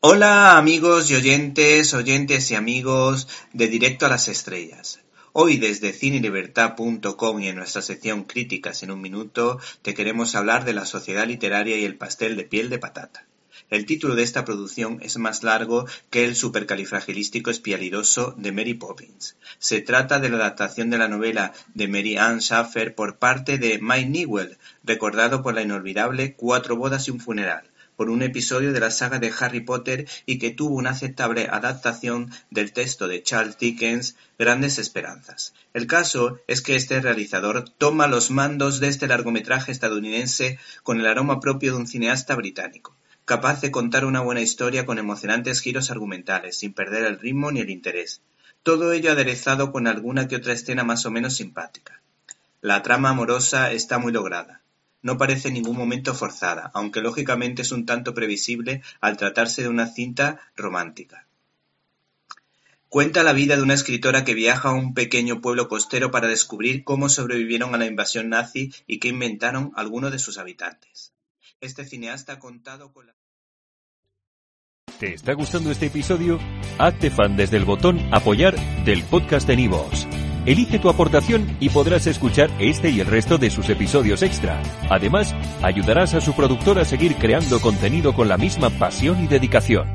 Hola amigos y oyentes y amigos de Directo a las Estrellas. Hoy desde cinelibertad.com y en nuestra sección Críticas en un Minuto te queremos hablar de la sociedad literaria y el pastel de piel de patata. El título de esta producción es más largo que el supercalifragilístico espialidoso de Mary Poppins. Se trata de la adaptación de la novela de Mary Ann Shaffer por parte de Mike Newell, recordado por la inolvidable Cuatro bodas y un funeral, por un episodio de la saga de Harry Potter y que tuvo una aceptable adaptación del texto de Charles Dickens, Grandes Esperanzas. El caso es que este realizador toma los mandos de este largometraje estadounidense con el aroma propio de un cineasta británico, capaz de contar una buena historia con emocionantes giros argumentales, sin perder el ritmo ni el interés. Todo ello aderezado con alguna que otra escena más o menos simpática. La trama amorosa está muy lograda. No parece en ningún momento forzada, aunque lógicamente es un tanto previsible al tratarse de una cinta romántica. Cuenta la vida de una escritora que viaja a un pequeño pueblo costero para descubrir cómo sobrevivieron a la invasión nazi y qué inventaron algunos de sus habitantes. Este cineasta ha contado con la... ¿Te está gustando este episodio? Hazte fan desde el botón Apoyar del podcast de Nivos. Elige tu aportación y podrás escuchar este y el resto de sus episodios extra. Además, ayudarás a su productor a seguir creando contenido con la misma pasión y dedicación.